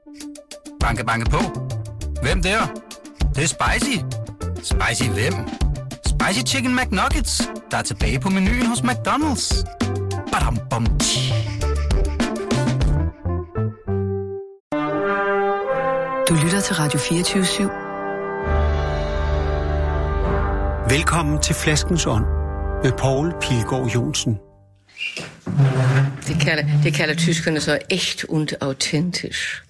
Banke, banke på. Hvem der? Det er spicy. Spicy hvem? Spicy Chicken McNuggets, der er tilbage på menuen hos McDonald's. Badum, bom, Du lytter til Radio 24/7. Velkommen til Flaskens Ånd med Poul Pilgaard Johnsen. Det kalder tyskerne så echt und authentisch.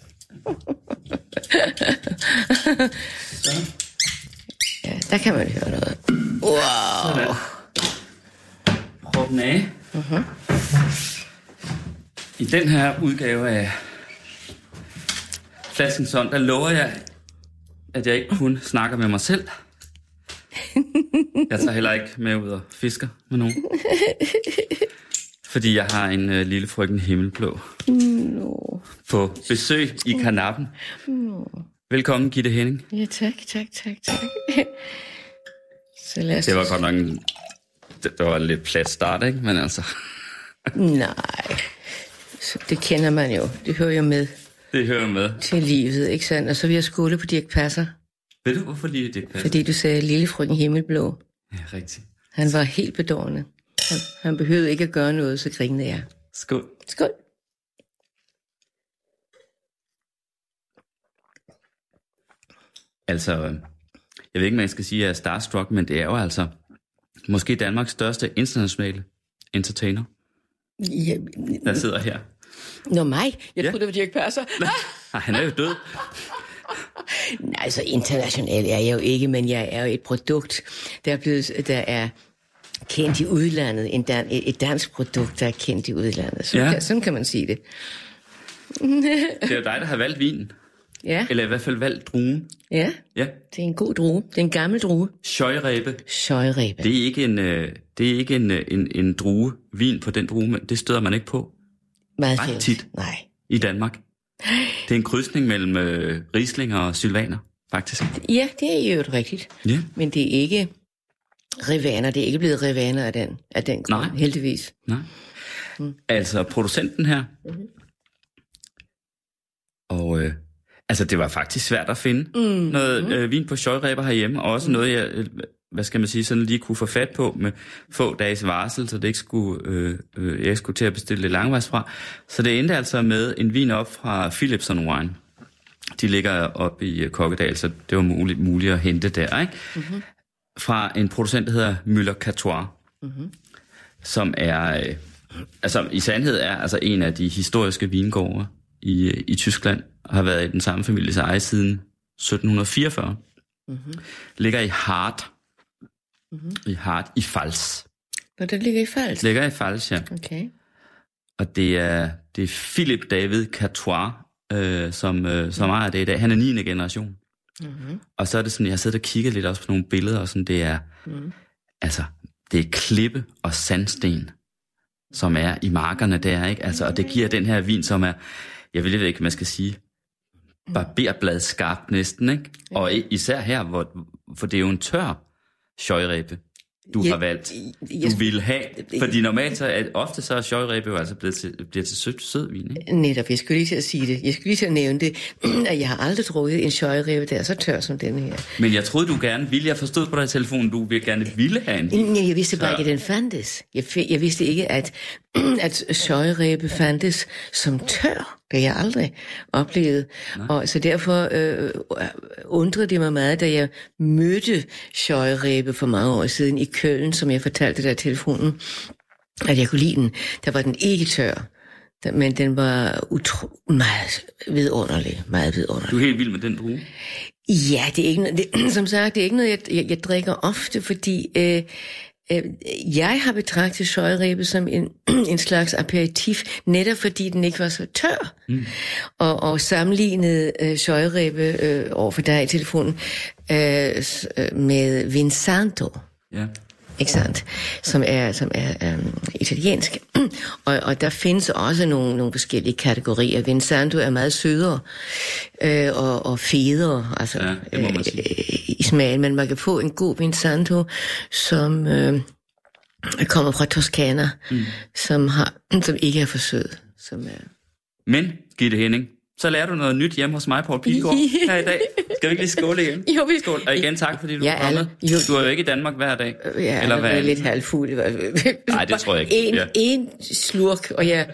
Ja, der kan man høre noget. Wow. Prøv den af. Uh-huh. I den her udgave af Flaskens Ånd, der lover jeg, at jeg ikke kun snakker med mig selv. Jeg tager heller ikke med ud og fisker med nogen. Fordi jeg har en lille frøken Himmelblå på besøg i karnappen. Velkommen, Gitte Henning. Ja, tak. Så lad os... Det var godt nok det var en lidt plat start, ikke? Men altså... Nej, så det kender man jo. Det hører jo med. Det hører med. Til livet, ikke sandt? Og så vil jeg skåle på Dirch Passer. Ved du, hvorfor lige Dirch Passer? Fordi du sagde lille frøken Himmelblå. Ja, rigtigt. Han var helt bedårende. Han behøvede ikke at gøre noget, så grinede jeg. Skål. Skål. Altså, jeg ved ikke, om jeg skal sige, at jeg er starstruck, men det er jo altså måske Danmarks største internationale entertainer, ja, der sidder her. Nå mig? Jeg troede, det var Dirch Passer. Nej, han er jo død. Nej, så international er jeg jo ikke, men jeg er jo et produkt, der er kendt i udlandet. Et dansk produkt, der er kendt i udlandet. Sådan kan man sige det. Det er jo dig, der har valgt vinen. Ja. Eller i hvert fald valgt druen. Ja, det er en god drue. Det er en gammel drue. Scheurebe. Det er ikke en drue, vin på den drue, men det støder man ikke på. Meget ret tit. Nej. I Danmark. Det er en krydsning mellem Riesling og Sylvaner, faktisk. Ja, det er jo rigtigt. Ja. Men det er ikke Rivaner. Det er ikke blevet Rivaner af den grund, heldigvis. Nej. Altså, producenten her. Mm-hmm. Og altså, det var faktisk svært at finde noget vin på Scheurebe herhjemme, og også noget, jeg, hvad skal man sige, sådan lige kunne få fat på med få dages varsel, så det ikke skulle, jeg skulle til at bestille det langvejs fra. Så det endte altså med en vin op fra Philips & Wine. De ligger oppe i Kokkedal, så det var muligt at hente der, ikke? Mm-hmm. Fra en producent, der hedder Müller-Catois, som er, altså i sandhed er altså en af de historiske vingårde i Tyskland, og har været i den samme families eje siden 1744. Mm-hmm. Ligger i Hart. Mm-hmm. I Hart i Pfalz. Og det ligger i Pfalz? Ligger i Pfalz, ja. Okay. Og det er Philip David Catois, som ejer det i dag. Han er 9. generation. Mm-hmm. Og så er det sådan, jeg har siddet og kigget lidt også på nogle billeder, og sådan, det er, altså, det er klippe og sandsten, som er i markerne der, ikke? Altså, og det giver den her vin, som er, jeg ved ikke, hvad man skal sige, barberblad skarpt næsten, ikke? Og især her, for det er jo en tør Scheurebe, du har valgt, du vil have. Fordi normalt så er ofte så er Scheurebe jo altså bliver til sødvin, ikke? Netop, jeg skulle lige til at sige det. Jeg skulle lige til at nævne det, at jeg har aldrig drukket en Scheurebe, der er så tør som denne her. Men jeg troede, du gerne ville. Jeg forstod på dig i telefonen, du gerne ville have en. Jeg vidste bare ikke, at den fandtes. Jeg vidste ikke, at Scheurebe fandtes som tør. Det har jeg aldrig oplevet. Og så derfor undrede det mig meget, da jeg mødte Scheurebe for mange år siden i Køln, som jeg fortalte der i telefonen, at jeg kunne lide den. Der var den ikke tør, men den var meget vidunderlig. Du er helt vild med den drue? Ja, det er ikke som sagt, det er ikke noget, jeg drikker ofte, fordi jeg har betragtet Scheurebe som en slags aperitif, netop fordi den ikke var så tør. Mm. Og sammenlignet Scheurebe over for dig i telefonen med Vinsanto. Ja. Ikke sandt? Som er italiensk. Og der findes også nogle forskellige kategorier. Vinsanto er meget sødere og federe, altså i smagen. Men man kan få en god Vinsanto, som kommer fra Toskana, som ikke er for sød. Men, Gitte Henning, Så lærer du noget nyt hjemme hos mig, Poul Pilgaard, her i dag. Skal vi ikke lige skåle igen? Jo, vi... Skål. Og igen tak, fordi du er kommet. Du er jo ikke i Danmark hver dag. Ja, eller hvad? Jeg er lidt halvfuld. Nej, det tror jeg ikke. En slurk, og jeg...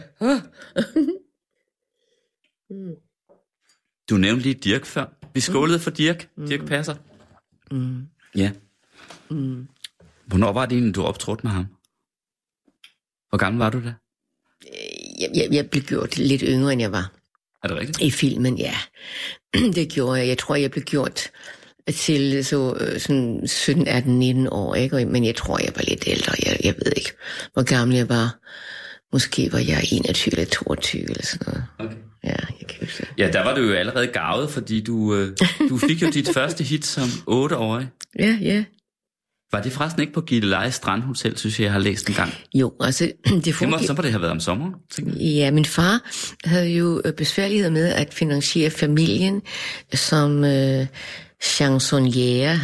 Du nævnte lige Dirch før. Vi skålede for Dirch. Dirch Passer. Ja. Hvornår var det egentlig, du optrådte med ham? Hvor gammel var du da? Jeg blev gjort lidt yngre, end jeg var. Er det rigtigt? I filmen, ja. Det gjorde jeg. Jeg tror, jeg blev gjort til sådan 17, 18, 19 år, ikke? Men jeg tror, jeg var lidt ældre. Jeg ved ikke, hvor gammel jeg var. Måske var jeg 21 eller 22 eller sådan noget. Okay. Ja, jeg kan huske det. Ja, der var du jo allerede garvet, fordi du fik jo dit første hit som 8-årig. Ja. Var det forresten ikke på Gilleleje Strandhotel, synes jeg har læst en gang? Jo, altså... Så må det have været om sommeren, tænker jeg. Ja, min far havde jo besværligheder med at finansiere familien som chansonnier.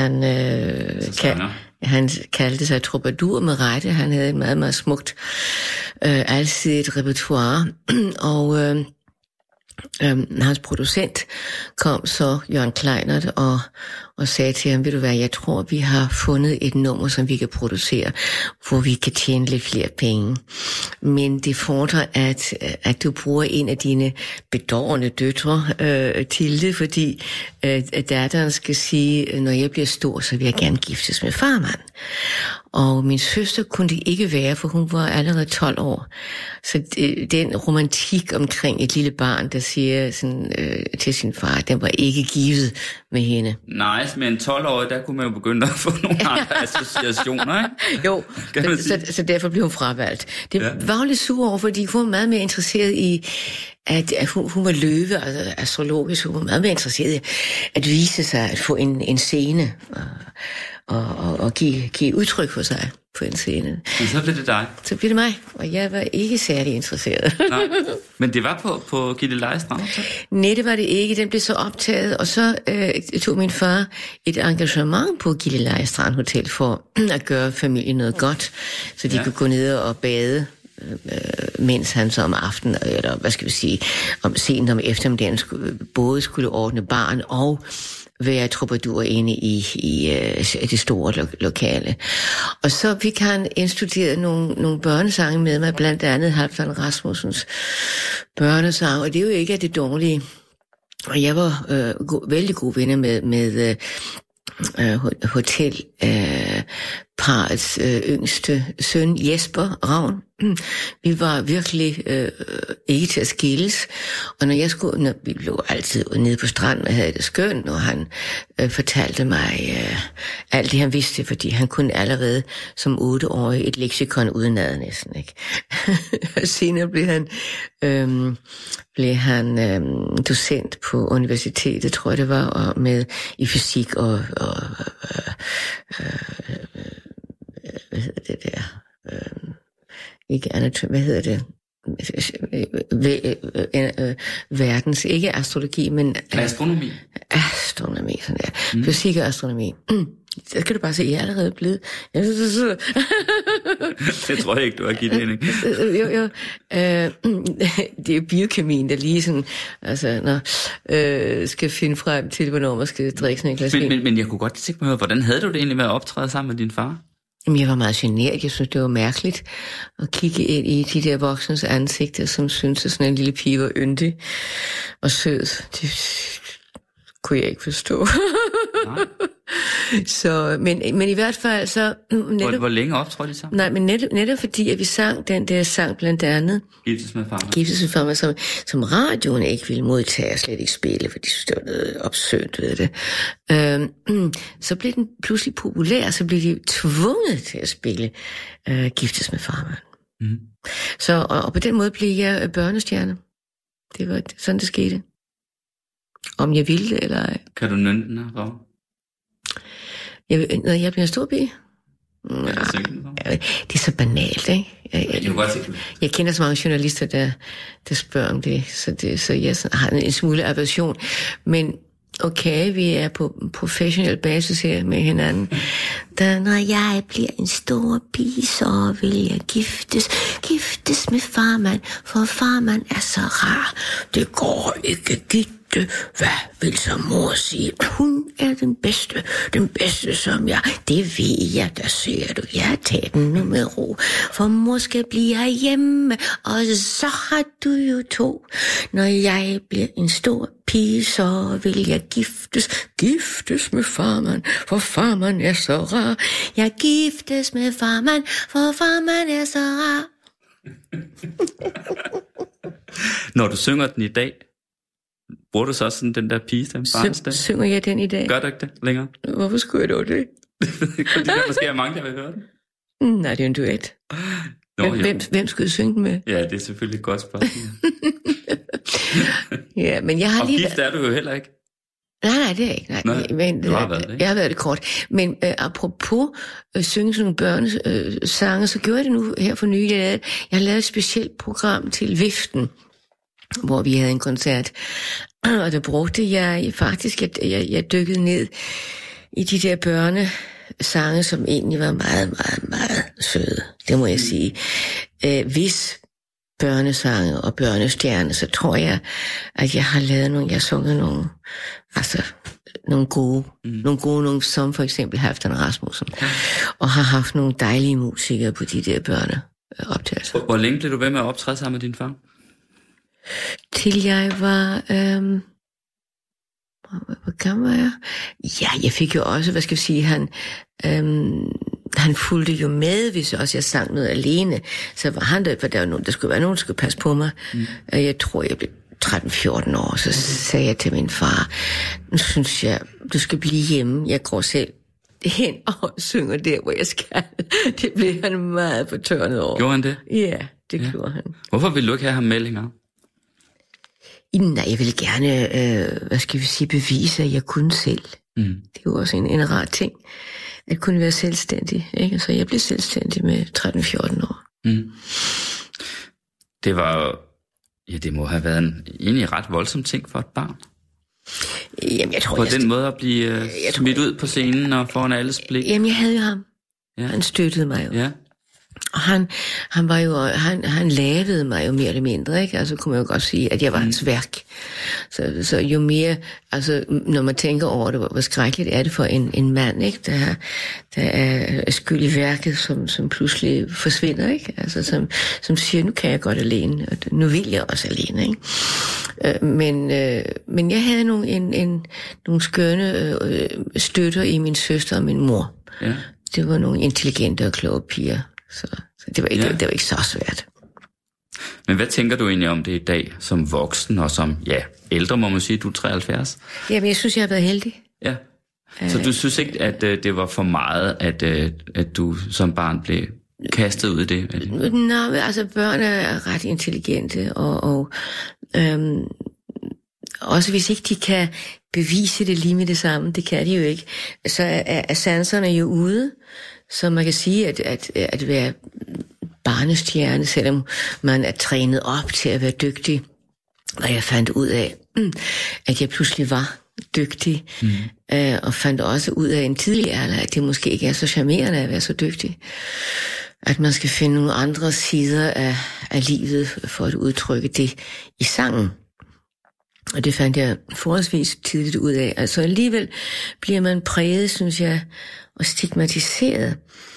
Han kaldte sig troubadour med rette. Han havde et meget, meget smukt, alsidigt repertoire. Og hans producent kom så, Jørgen Kleinert, og sagde til ham, ved du hvad, jeg tror, vi har fundet et nummer, som vi kan producere, hvor vi kan tjene lidt flere penge. Men det fordrer, at du bruger en af dine bedårende døtre til det, fordi datteren skal sige, når jeg bliver stor, så vil jeg gerne giftes med farmand. Og min søster kunne det ikke være, for hun var allerede 12 år. Så den romantik omkring et lille barn, der siger sådan, til sin far, den var ikke givet med hende. Nej, men en 12-årig, der kunne man jo begynde at få nogle andre associationer, ikke? Jo, så derfor blev hun fravalgt. Det var jo lidt sur over, fordi hun var meget mere interesseret i, at hun var løve, altså astrologisk, hun var meget mere interesseret i at vise sig, at få en scene og give udtryk for sig på en scene. Men så blev det dig? Så blev det mig, og jeg var ikke særlig interesseret. Nej. Men det var på Gilleleje Strandhotel? Nej, det var det ikke. Den blev så optaget, og så tog min far et engagement på Gilleleje Strandhotel for at gøre familien noget godt, så de kunne gå ned og bade, mens han så om aftenen, eller hvad skal vi sige, sent om eftermiddagen både skulle ordne barn og være troubadour inde i det store lokale. Og så fik han indstuderet nogle børnesange med mig, blandt andet Halfdan Rasmussens børnesang, og det er jo ikke af det dårlige. Og jeg var vældig gode venner med hotelparets yngste søn, Jesper Ravn. Vi var virkelig ikke til at skilles, og når vi lå altid nede på stranden og havde det skønt, og han fortalte mig alt det, han vidste, fordi han kunne allerede som 8-årig et leksikon udenad næsten, ikke? Senere blev han docent på universitetet, tror jeg det var, og med i fysik og hvad hedder det der? Ikke anatomi, hvad hedder det? Verdens, ikke astrologi, men... Astronomi. Astronomi, sådan der. Fysik og astronomi. Så kan du bare se, jeg er allerede blevet... Det tror jeg ikke, du har givet det, ikke? Jo. Det er biokemien, der lige sådan... Altså, skal finde frem til, hvornår man skal drikke sådan en glas vin. Men jeg kunne godt tænke mig, hvordan havde du det egentlig med at optræde sammen med din far? Jamen, jeg var meget generet. Jeg synes, det var mærkeligt at kigge ind i de der voksnes ansigter, som synes, at sådan en lille pige var yndig og sød. Det kunne jeg ikke forstå. Så, men i hvert fald så... Hvor længe optrådte I sammen? Nej, men netop fordi, at vi sang den der sang blandt andet... Giftes med farmer, som radioen ikke ville modtage og slet ikke spille, for de synes, det var noget opsøgt, ved det. Så blev den pludselig populær, så blev de tvunget til at spille Giftes med farmer. Så, og på den måde blev jeg børnestjerne. Det var sådan, det skete. Om jeg ville det, eller ej. Kan du nynne den her, Rav? Når jeg bliver en stor pige? Det er så banalt, ikke? Jeg kender så mange journalister, der spørger om det, så jeg har en smule aversion. Men Okay, vi er på professionel basis her med hinanden. Da når jeg bliver en stor pige, så vil jeg giftes med farmand, for farmand er så rar. Det går ikke, Gitte. Hvad vil så mor sige? Hun er den bedste som jeg. Det ved jeg, der ser du. Jeg tager den nu med ro, for mor skal blive hjemme, og så har du jo 2. Når jeg bliver en stor pige, så vil jeg giftes med farmand, for farmand er så rar. Jeg giftes med farmand, for farmand er så rar. Når du synger den i dag, bruger du så også sådan den der pigestemme? Synger jeg den i dag? Gør du ikke det længere? Hvorfor skulle jeg dog det? Fordi der måske er mange, der vil høre den. Nej, det er en duet. Hvem skulle synge den med? Ja, det er selvfølgelig et godt spørgsmål. Ja, men jeg har og gift er du jo heller ikke. Nej, det er ikke. Nej, men, du har været det, ikke? Jeg har været det kort. Men apropos synge sådan nogle børnesange, så gjorde jeg det nu her for nylig. Jeg har lavet et specielt program til Viften, hvor vi havde en koncert. Og der brugte jeg faktisk, jeg dykkede ned i de der børnesange, som egentlig var meget, meget, meget søde. Det må jeg sige. Hvis børnesange og børnestjerne, så tror jeg, at jeg har lavet jeg sunget nogle gode, som for eksempel Halfdan Rasmussen, og har haft nogle dejlige musikere på de der børneoptagelser. Hvor længe blev du ved med at optræde sammen med din far? Til jeg var... hvor gammel var jeg? Ja, jeg fik jo også, hvad skal jeg sige, han fulgte jo med, hvis også jeg sang noget alene. Så var han der, for der skulle være nogen, der skulle passe på mig. Jeg tror, jeg blev 13-14 år, så sagde jeg til min far, nu synes jeg, du skal blive hjemme. Jeg går selv hen og synger der, hvor jeg skal. Det blev han meget fortørnet over. Gjorde han det? Ja, det gjorde han. Hvorfor ville du ikke have ham med længere? Nej, jeg ville gerne, bevise, at jeg kunne selv. Det er jo også en rar ting, at kunne være selvstændig. Ikke? Så jeg blev selvstændig med 13-14 år. Det var, det må have været en ret voldsom ting for et barn. Jamen, jeg tror, på den måde at blive smidt ud på scenen og foran alles blik. Jamen, jeg havde jo ham. Ja. Han støttede mig jo. Ja. Og han lavede mig jo mere eller mindre, ikke? Altså kunne man jo godt sige, at jeg var hans værk. Så jo mere, altså når man tænker over det, hvor skrækkeligt er det for en mand, ikke? Der er skyld i værket, som pludselig forsvinder, ikke? Altså som siger, nu kan jeg godt alene, og nu vil jeg også alene, ikke? Men jeg havde nogle skønne støtter i min søster og min mor. Ja. Det var nogle intelligente og kloge piger. Så det var ikke så svært. Men hvad tænker du egentlig om det i dag, som voksen og som, ældre må man sige, du er 73? Jamen, jeg synes, jeg har været heldig. Ja. Så du synes ikke, at det var for meget, at du som barn blev kastet ud i det? Nej, altså børn er ret intelligente, og også hvis ikke de kan bevise det lige med det samme, det kan de jo ikke, så er sanserne jo ude. Så man kan sige, at være barnestjerne, selvom man er trænet op til at være dygtig. Og jeg fandt ud af, at jeg pludselig var dygtig. Og fandt også ud af en tidlig alder, at det måske ikke er så charmerende at være så dygtig. At man skal finde nogle andre sider af livet for at udtrykke det i sangen. Og det fandt jeg forholdsvis tidligt ud af. Altså alligevel bliver man præget, synes jeg, og stigmatiseret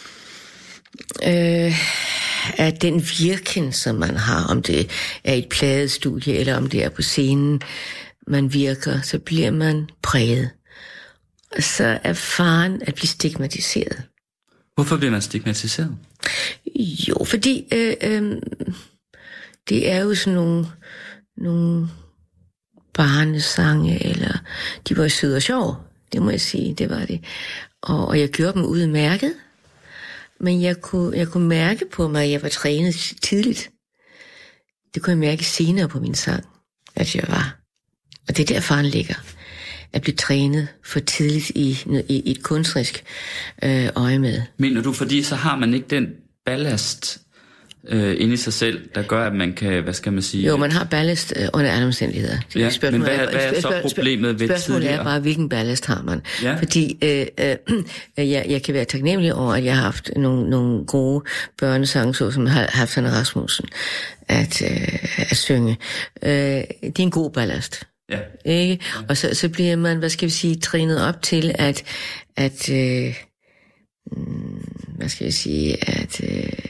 af den virken, som man har, om det er et pladestudie, eller om det er på scenen, man virker, så bliver man præget. Og så er faren at blive stigmatiseret. Hvorfor bliver man stigmatiseret? Jo, fordi det er jo sådan nogle barnesange, eller de var søde og sjove, det må jeg sige, det var det. Og jeg gjorde dem udmærket, men jeg kunne mærke på mig, at jeg var trænet tidligt. Det kunne jeg mærke senere på min sang, at jeg var. Og det er der faren ligger. At blive trænet for tidligt i et kunstnerisk øje med. Mener du, fordi så har man ikke den ballast inde i sig selv, der gør, at man kan, hvad skal man sige... Jo, man har ballast under alle omstændigheder. Ja, men hvad er så problemet ved spørgsmålet tidligere? er bare, hvilken ballast har man? Ja. Fordi jeg kan være taknemmelig over, at jeg har haft nogle gode børnesange, så som har haft Sanne Rasmussen at synge. Det er en god ballast. Ja. Ikke? Og så bliver man, hvad skal vi sige, trænet op til, at hvad skal jeg sige, at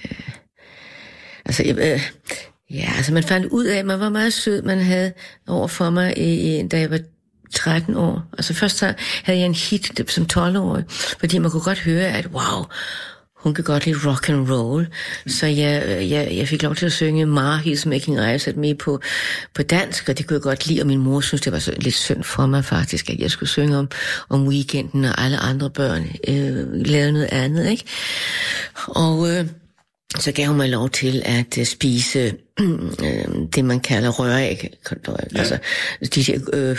altså man fandt ud af, at man var meget sød, man havde over for mig, da jeg var 13 år. Altså først så havde jeg en hit som 12-årig, fordi man kunne godt høre, at wow, hun kan godt lide rock and roll. Så jeg fik lov til at synge He's Making Eyes at Me på dansk, og det kunne jeg godt lide, og min mor synes, det var så lidt synd for mig faktisk, at jeg skulle synge om weekenden, og alle andre børn lavede noget andet, ikke? Og så gav hun mig lov til at spise det, man kalder røræg. Ja. Altså, de der,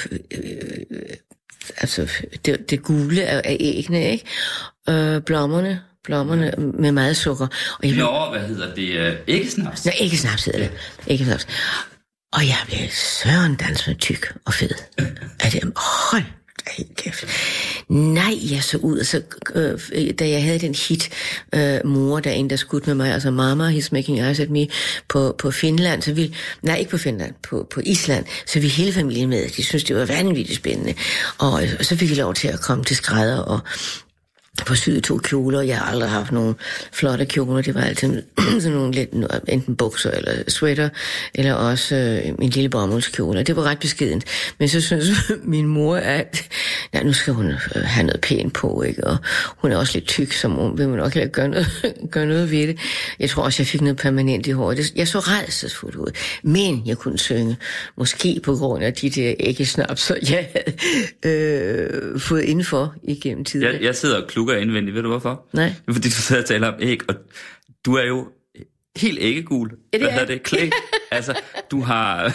det gule af æggene, ikke? Blommerne med meget sukker. Og hvad hedder det? Æggesnaps? Nej, æggesnaps hedder det. Æggesnaps. Og jeg blev søren dans med tyk og fed. Hold helt kæft. Nej, jeg så ud, og så, da jeg havde den hit, mor, der en, der skudte med mig, altså Mama, He's Making Eyes at Me, på Finland, så vi, nej, ikke på Finland, på Island, så vi hele familien med, de synes det var vanvittigt spændende, og så fik vi lov til at komme til skrædder og på syde 2 kjoler. Jeg har aldrig haft nogle flotte kjoler. Det var altid sådan nogle lidt, enten bukser eller sweater, eller også min lille bomuldskjole. Det var ret beskedent. Men så synes min mor, at nu skal hun have noget pænt på, ikke? Og hun er også lidt tyk, som hun vil man nok heller gøre noget ved det. Jeg tror også, jeg fik noget permanent i håret. Jeg så rædselsfuldt ud. Men jeg kunne synge, måske på grund af de der æggesnapser, jeg havde fået indenfor igennem tiden. Jeg sidder og klukker indvendigt. Ved du hvorfor? Nej. Fordi du sidder og taler om æg, og du er jo helt æggegul. Ja, det er. Hvad er det? Klæ? Altså, du har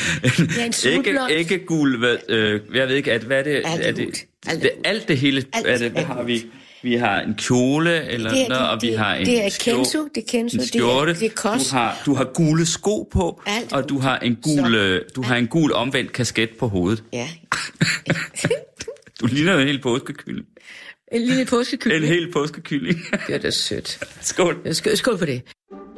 æggegul, jeg ved ikke, hvad er det? Alt det hele, hvad har vi? Vi har en kjole, eller noget, og vi har en kenzo, skjorte. Det er kos. Du har gule sko på, alt og du har en gul omvendt kasket på hovedet. Ja. Du ligner jo en hel påskekylling. En lille påskekylling. En hel påskekylling. Det er da sødt. Skål. Skål på det.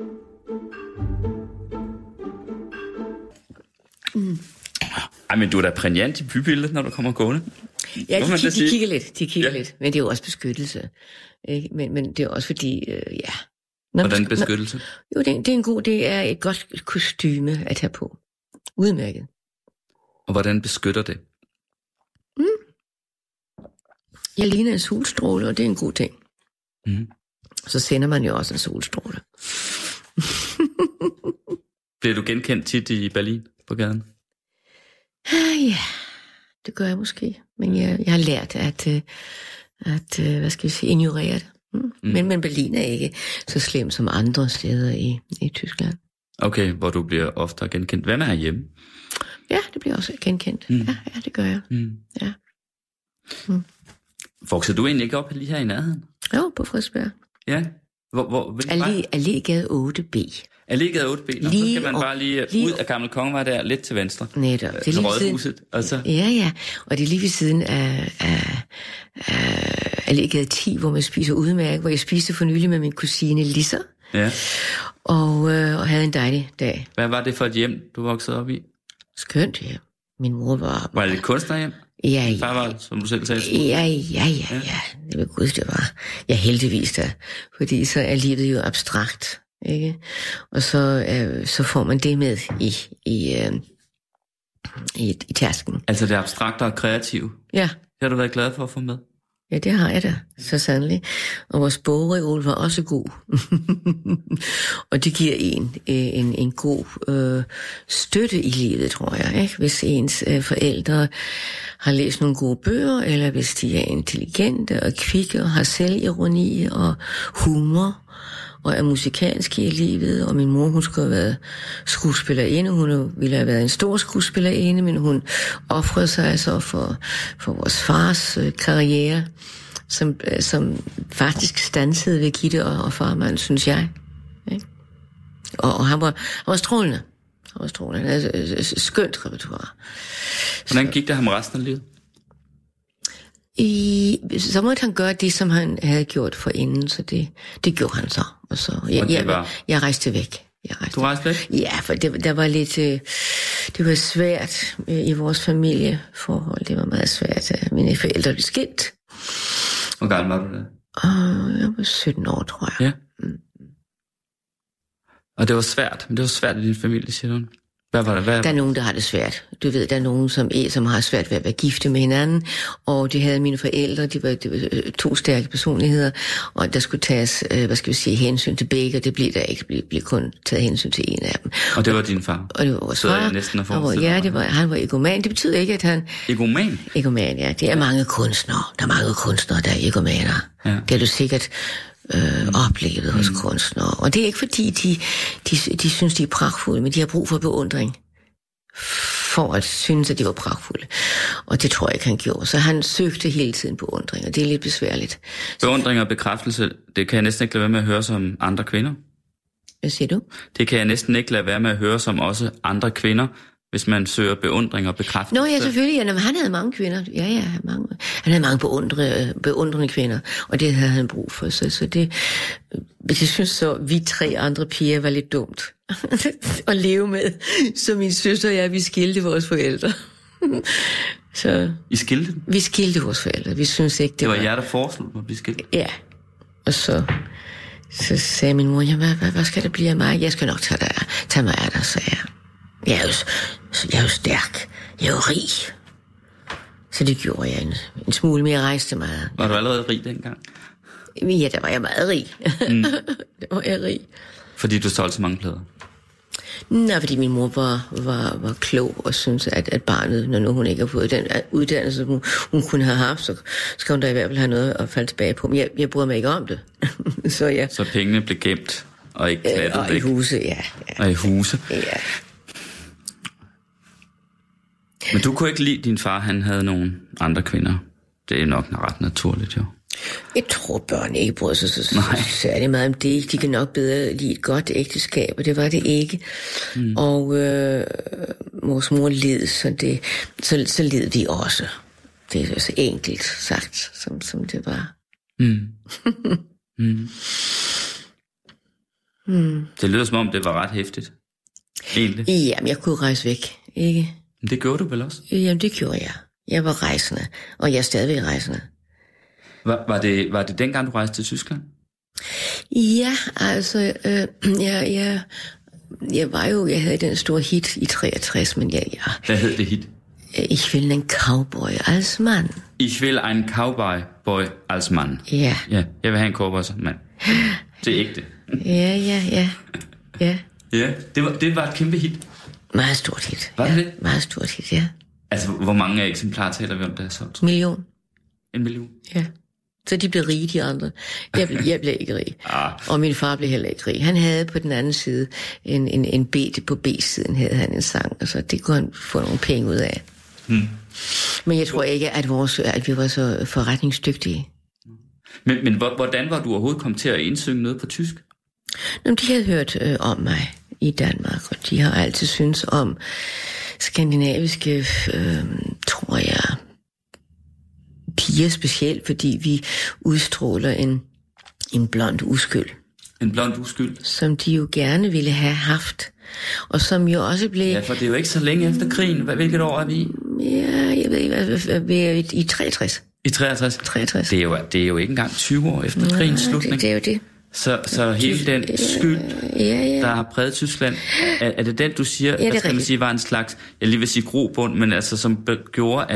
Ej, men du er da prægnant i bybilledet, når du kommer gående. Ja, de kigger lidt. Men det er jo også beskyttelse. Ikke? Men det er også fordi, ja. Hvordan beskyttelse? Jo, det er et godt kostyme at have på. Udmærket. Og hvordan beskytter det? Jeg ligner en solstråle, og det er en god ting. Mm. Så sender man jo også en solstråle. Bliver du genkendt tit i Berlin på gaden? Ja, det gør jeg måske. Men jeg har lært at hvad skal jeg sige, ignorere det. Men Berlin er ikke så slem som andre steder i Tyskland. Okay, hvor du bliver oftere genkendt. Hvad med herhjemme? Ja, det bliver også genkendt. Ja, det gør jeg. Ja. Voksede du egentlig ikke op lige her i nærheden? Jo, på Frederiksberg. Ja. Allégade 8B. Allégade 8B. Nå, så skal man bare lige ud af Gammel Kongevej der, lidt til venstre. Netop. Det er lige Rådhuset. Altså. Ja. Og det er lige ved siden af Allégade 10, hvor man spiser udmærket, hvor jeg spiste for nylig med min kusine Lisa. Ja. Og havde en dejlig dag. Hvad var det for et hjem, du voksede op i? Skønt hjem. Min mor var... Var det et kunstnerhjem? Ja. Far var, som du selv sagde. Ja. Det var gud, det var. Ja, heldigvis da. Fordi så er livet jo abstrakt, ikke? Og så får man det med i tasken. Altså det abstrakte og kreative? Ja. Det har du været glad for at få med? Ja, det har jeg da, så sandelig. Og vores bogreol var også god. Og det giver en god støtte i livet, tror jeg, ikke? Hvis ens forældre har læst nogle gode bøger, eller hvis de er intelligente og kvikke og har selvironi og humor, og er musikalsk i livet, og min mor, hun skulle have været skuespillerinde, hun ville have været en stor skuespillerinde, men hun offrede sig altså for vores fars karriere, som faktisk stansede ved Gitte og farmand, synes jeg. Ikke? Og han var strålende. Han var strålende. Han havde skønt repertoire. Hvordan gik det ham resten af livet? Så måtte han gøre det, som han havde gjort forinden, så det gjorde han så. Og så jeg rejste væk. Du rejste væk? Ja, for der var lidt... det var svært i vores familieforhold. Det var meget svært. Mine forældre blev skilt. Hvor gammel var du da? Jeg var 17 år, tror jeg. Ja. Og det var svært. Men det var svært i din familie, siger du? Hvad var det? Der er nogen, der har det svært. Du ved, der er nogen, som har svært ved at være gifte med hinanden, og det havde mine forældre, det var 2 stærke personligheder, og der skulle tages, hensyn til begge, og det blev der ikke, blev kun taget hensyn til en af dem. Og det var din far? Og det var vores far. Han var egoman. Det betyder ikke, at han... Egoman? Egoman, ja. Det er mange kunstnere. Der er mange kunstnere, der er egomaner. Ja. Det har du sikkert oplevet hos kunstnere. Og det er ikke fordi, de synes, de er pragtfulde, men de har brug for beundring for at synes, at de var pragtfulde. Og det tror jeg ikke, han gjorde. Så han søgte hele tiden beundring, og det er lidt besværligt. Beundring og bekræftelse, det kan jeg næsten ikke lade være med at høre som andre kvinder. Hvad siger du? Det kan jeg næsten ikke lade være med at høre som også andre kvinder, hvis man søger beundring og bekræftelse. Nå ja, selvfølgelig. Ja, han havde mange kvinder. Ja, mange. Han havde mange beundrende kvinder, og det havde han brug for. Så det synes så, vi 3 andre piger var lidt dumt at leve med. Så min søster og jeg, vi skilte vores forældre. Så I skilte dem? Vi skilte vores forældre. Vi synes ikke, det var jer, der foreslog at blive skilt? Ja. Og så sagde min mor, jamen, hvad skal det blive af mig? Jeg skal nok tage mig af dig, sagde jeg. Jeg er jo stærk. Jeg er jo rig. Så det gjorde jeg en smule, men jeg rejste meget. Var du allerede rig dengang? Ja, der var jeg meget rig. Der var jeg rig. Fordi du solgte så mange plader? Nej, fordi min mor var klog og syntes, at barnet, når nu hun ikke har fået den uddannelse, hun kunne have haft, så skal hun da i hvert fald have noget at falde tilbage på. Men jeg bryder mig ikke om det. Så pengene blev gemt og ikke klattet væk? Og i huse, ja. Og i huse? Ja. Men du kunne ikke lide, din far, han havde nogle andre kvinder. Det er nok ret naturligt, jo. Jeg tror, børn ikke bryder sig så særlig meget om det. De kan nok bedre lide et godt ægteskab, og det var det ikke. Og vores mor led, så led vi også. Det er så enkelt sagt, som det var. Det lyder som om, det var ret hæftigt. Egentlig. Jamen, jeg kunne rejse væk, ikke? Men det gjorde du vel også? Jamen, det gjorde jeg. Jeg var rejsende, og jeg er stadigvæk rejsende. Var det dengang, du rejste til Tyskland? Ja, altså, jeg havde den store hit i 63, men ja. Hvad hed det hit? Ich will ein Cowboy als Mann. Ich will ein Cowboy als Mann. Ja. Ja, jeg vil have en cowboy som mand. Det er ægte. Ja. Ja, det var et kæmpe hit. Meget stort hit. Var det det? Meget stort hit, ja. Altså, hvor mange eksemplarer taler vi om, der er solgt? 1 million. 1 million? Ja. Så de blev rige, de andre. Jeg blev ikke rig. Og min far blev heller ikke rig. Han havde på den anden side en B, på B-siden havde han en sang, og så det kunne han få nogle penge ud af. Men jeg tror ikke, at vi var så forretningsdygtige. Men hvordan var du overhovedet kommet til at indsynge noget på tysk? Nå, de havde hørt om mig i Danmark, og de har altid syntes om skandinaviske, tror jeg, piger specielt, fordi vi udstråler en blond uskyld. En blond uskyld? Som de jo gerne ville have haft, og som jo også blev... Ja, for det er jo ikke så længe efter krigen. Hvilket år er vi i? Ja, jeg ved ikke, vi er i 63. I 63? 63. Det er jo ikke engang 20 år efter krigens slutning. Det er jo det. Så hele den skyld, der har præget Tyskland, er det den, du siger, ja, hvad skal man sige, var en slags, jeg lige vil sige grobund, men altså som gjorde,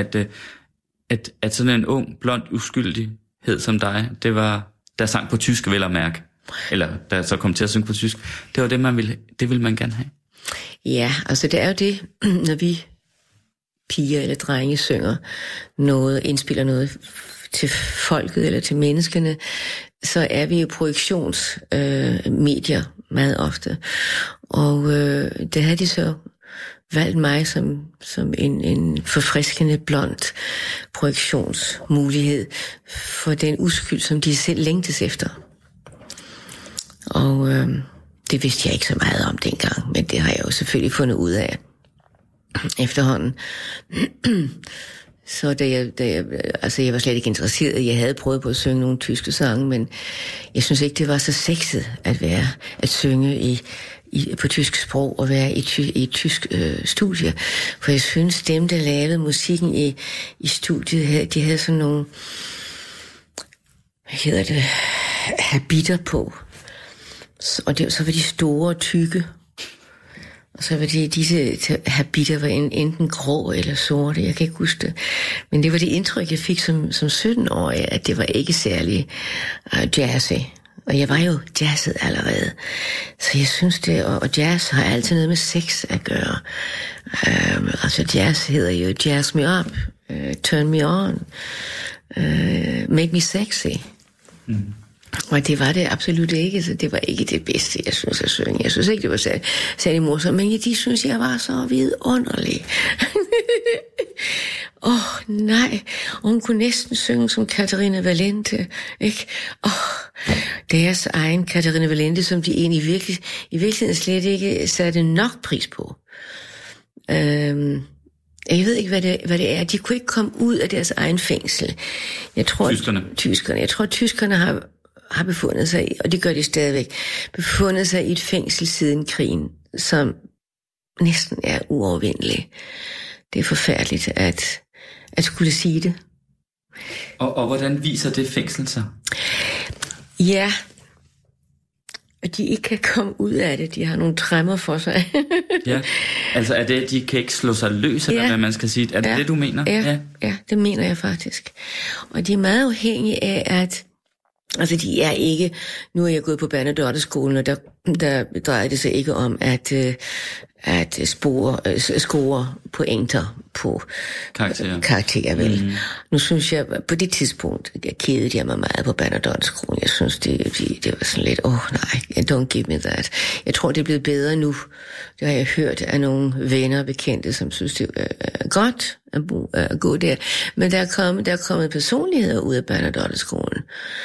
at sådan en ung, blond uskyldighed som dig, det var, der sang på tysk, vel at mærke, eller der så kom til at synge på tysk, det var det ville man gerne have? Ja, altså det er jo det, når vi piger eller drenge synger noget, indspiller noget til folket eller til menneskene, så er vi jo projektionsmedier meget ofte. Og det havde de så valgt mig som en forfriskende blond projektionsmulighed for den uskyld, som de selv længtes efter. Og Det vidste jeg ikke så meget om dengang, men det har jeg jo selvfølgelig fundet ud af efterhånden. Så jeg var slet ikke interesseret. Jeg havde prøvet på at synge nogle tyske sange, men jeg synes ikke, det var så sexet at synge på tysk sprog og være i et tysk studie. For jeg synes, dem, der lavede musikken i studiet, de havde sådan nogle, habiter på. Så var de store og tykke. Og så var disse habiter var enten grå eller sorte, jeg kan ikke huske det. Men det var det indtryk, jeg fik som 17-årig, at det var ikke særlig jazzy. Og jeg var jo jazzet allerede. Så jeg synes det, og jazz har altid noget med sex at gøre. Jazz hedder jo jazz me up, turn me on, make me sexy. Mm. Og det var det absolut ikke, så det var ikke det bedste, jeg synes at synge. Jeg synes ikke, det var særlig morsomt, men de synes, jeg var så vidunderlig. Nej, og hun kunne næsten synge som Caterina Valente, ikke? Deres egen Caterina Valente, som de egentlig i virkeligheden slet ikke satte nok pris på. Jeg ved ikke, hvad det er. De kunne ikke komme ud af deres egen fængsel. Tyskerne. Jeg tror, tyskerne har befundet sig i, og det gør de stadigvæk, befundet sig i et fængsel siden krigen, som næsten er uovervindelig. Det er forfærdeligt at skulle sige det. Og hvordan viser det fængsel sig? Ja, at de ikke kan komme ud af det. De har nogle tremmer for sig. Ja, altså er det, de kan ikke slå sig løs, eller hvad man skal sige? Er det det, du mener? Ja, det mener jeg faktisk. Og de er meget afhængige af, at de er ikke, nu er jeg gået på Bernadotte-skolen, og der drejer det sig ikke om at score pointer på karakterer vel. Mm. Nu synes jeg, på det tidspunkt, jeg kedede jeg mig meget på Bernadotte-skolen. Jeg synes, det var sådan lidt, nej, don't give me that. Jeg tror, det er blevet bedre nu. Det har jeg hørt af nogle venner og bekendte, som synes, det er godt at gå der. Men der er kommet personligheder ud af Bernadotte-skolen,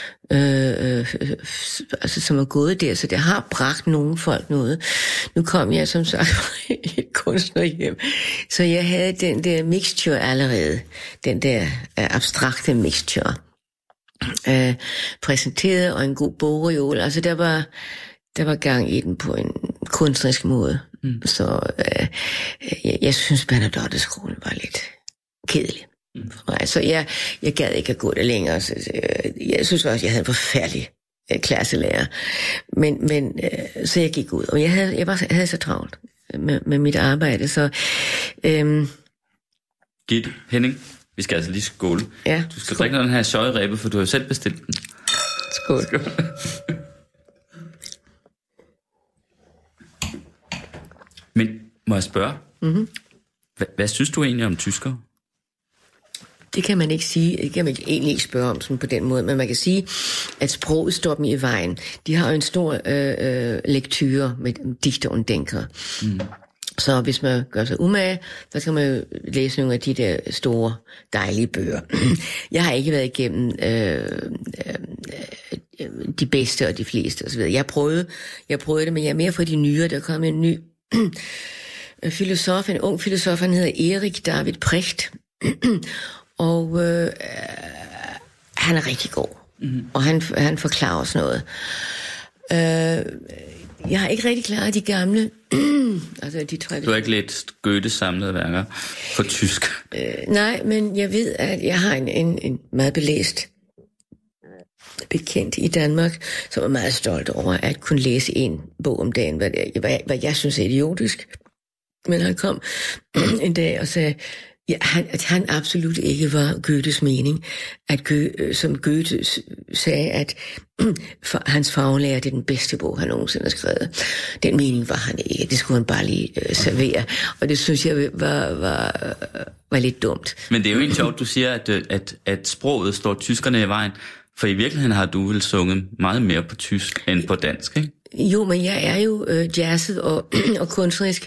som er gået der, så det har bragt nogle folk noget. Nu kom jeg som sagt fra et kunstnerhjem, så jeg havde den der mixture allerede, den der abstrakte mixture præsenteret, og en god bogreol. Altså der var gang i den på en kunstnerisk måde. Mm. Så jeg synes Bernadotte-skolen var lidt kedelig. Så jeg gad ikke at gå der længere. Så jeg synes også, jeg havde en forfærdelig klasselærer. Men så jeg gik ud, og jeg havde så travlt med mit arbejde. Så Gitte, Henning, vi skal altså lige skåle. Ja, du skal drikke noget af den her søjræbe, for du har jo selv bestilt den. Skål. Men må jeg spørge, hvad synes du egentlig om tyskere? Det kan man ikke sige. Det kan man egentlig ikke spørge om sådan på den måde, men man kan sige, at sproget står dem i vejen. De har jo en stor lektyre med digter og denker. Mm. Så hvis man gør sig umage, så kan man jo læse nogle af de der store, dejlige bøger. Jeg har ikke været igennem de bedste og de fleste osv. Jeg prøvede det, men jeg er mere for de nye. Der kom en ny filosof, en ung filosof, han hedder Erik David Precht. Og han er rigtig god. Mm-hmm. Og han forklarer os noget. Jeg har ikke rigtig klaret de gamle. Du har ikke læst Goethes samlede værker på tysk? Nej, men jeg ved, at jeg har en meget belæst bekendt i Danmark, som er meget stolt over at kunne læse en bog om dagen, hvad jeg synes er idiotisk. Men han kom en dag og sagde, at han absolut ikke var Goethes mening, som Goethe sagde, at hans faglærer, det er den bedste bog, han nogensinde har skrevet. Den mening var han ikke. Det skulle han bare lige servere. Og det synes jeg var lidt dumt. Men det er jo ikke sjovt, du siger, at sproget står tyskerne i vejen. For i virkeligheden har du vel sunget meget mere på tysk end på dansk, ikke? Jo, men jeg er jo jazzet og kunstnerisk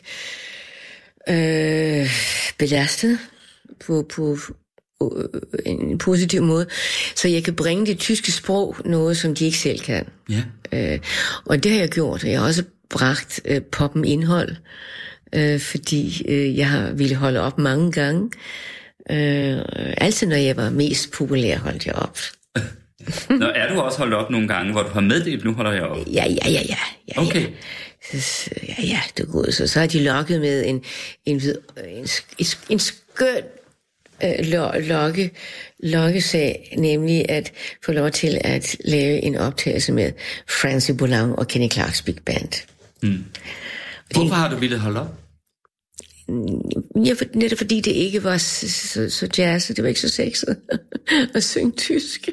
belastet på en positiv måde, så jeg kan bringe det tyske sprog noget, som de ikke selv kan. Ja. Og det har jeg gjort. Jeg har også bragt poppen indhold, fordi jeg har ville holde op mange gange. Altid når jeg var mest populær, holdt jeg op. Nå, er du også holdt op nogle gange, hvor du har meddelt, nu holder jeg op? Ja. Okay. Ja, det er godt. Så har de lokket med en skøn lokkesag, nemlig at få lov til at lave en optagelse med Francie Boulon og Kenny Clarks Big Band. Hvorfor har du ville holde op? Ja, netop fordi det ikke var så jazzet, det var ikke så sexet at synge tysk.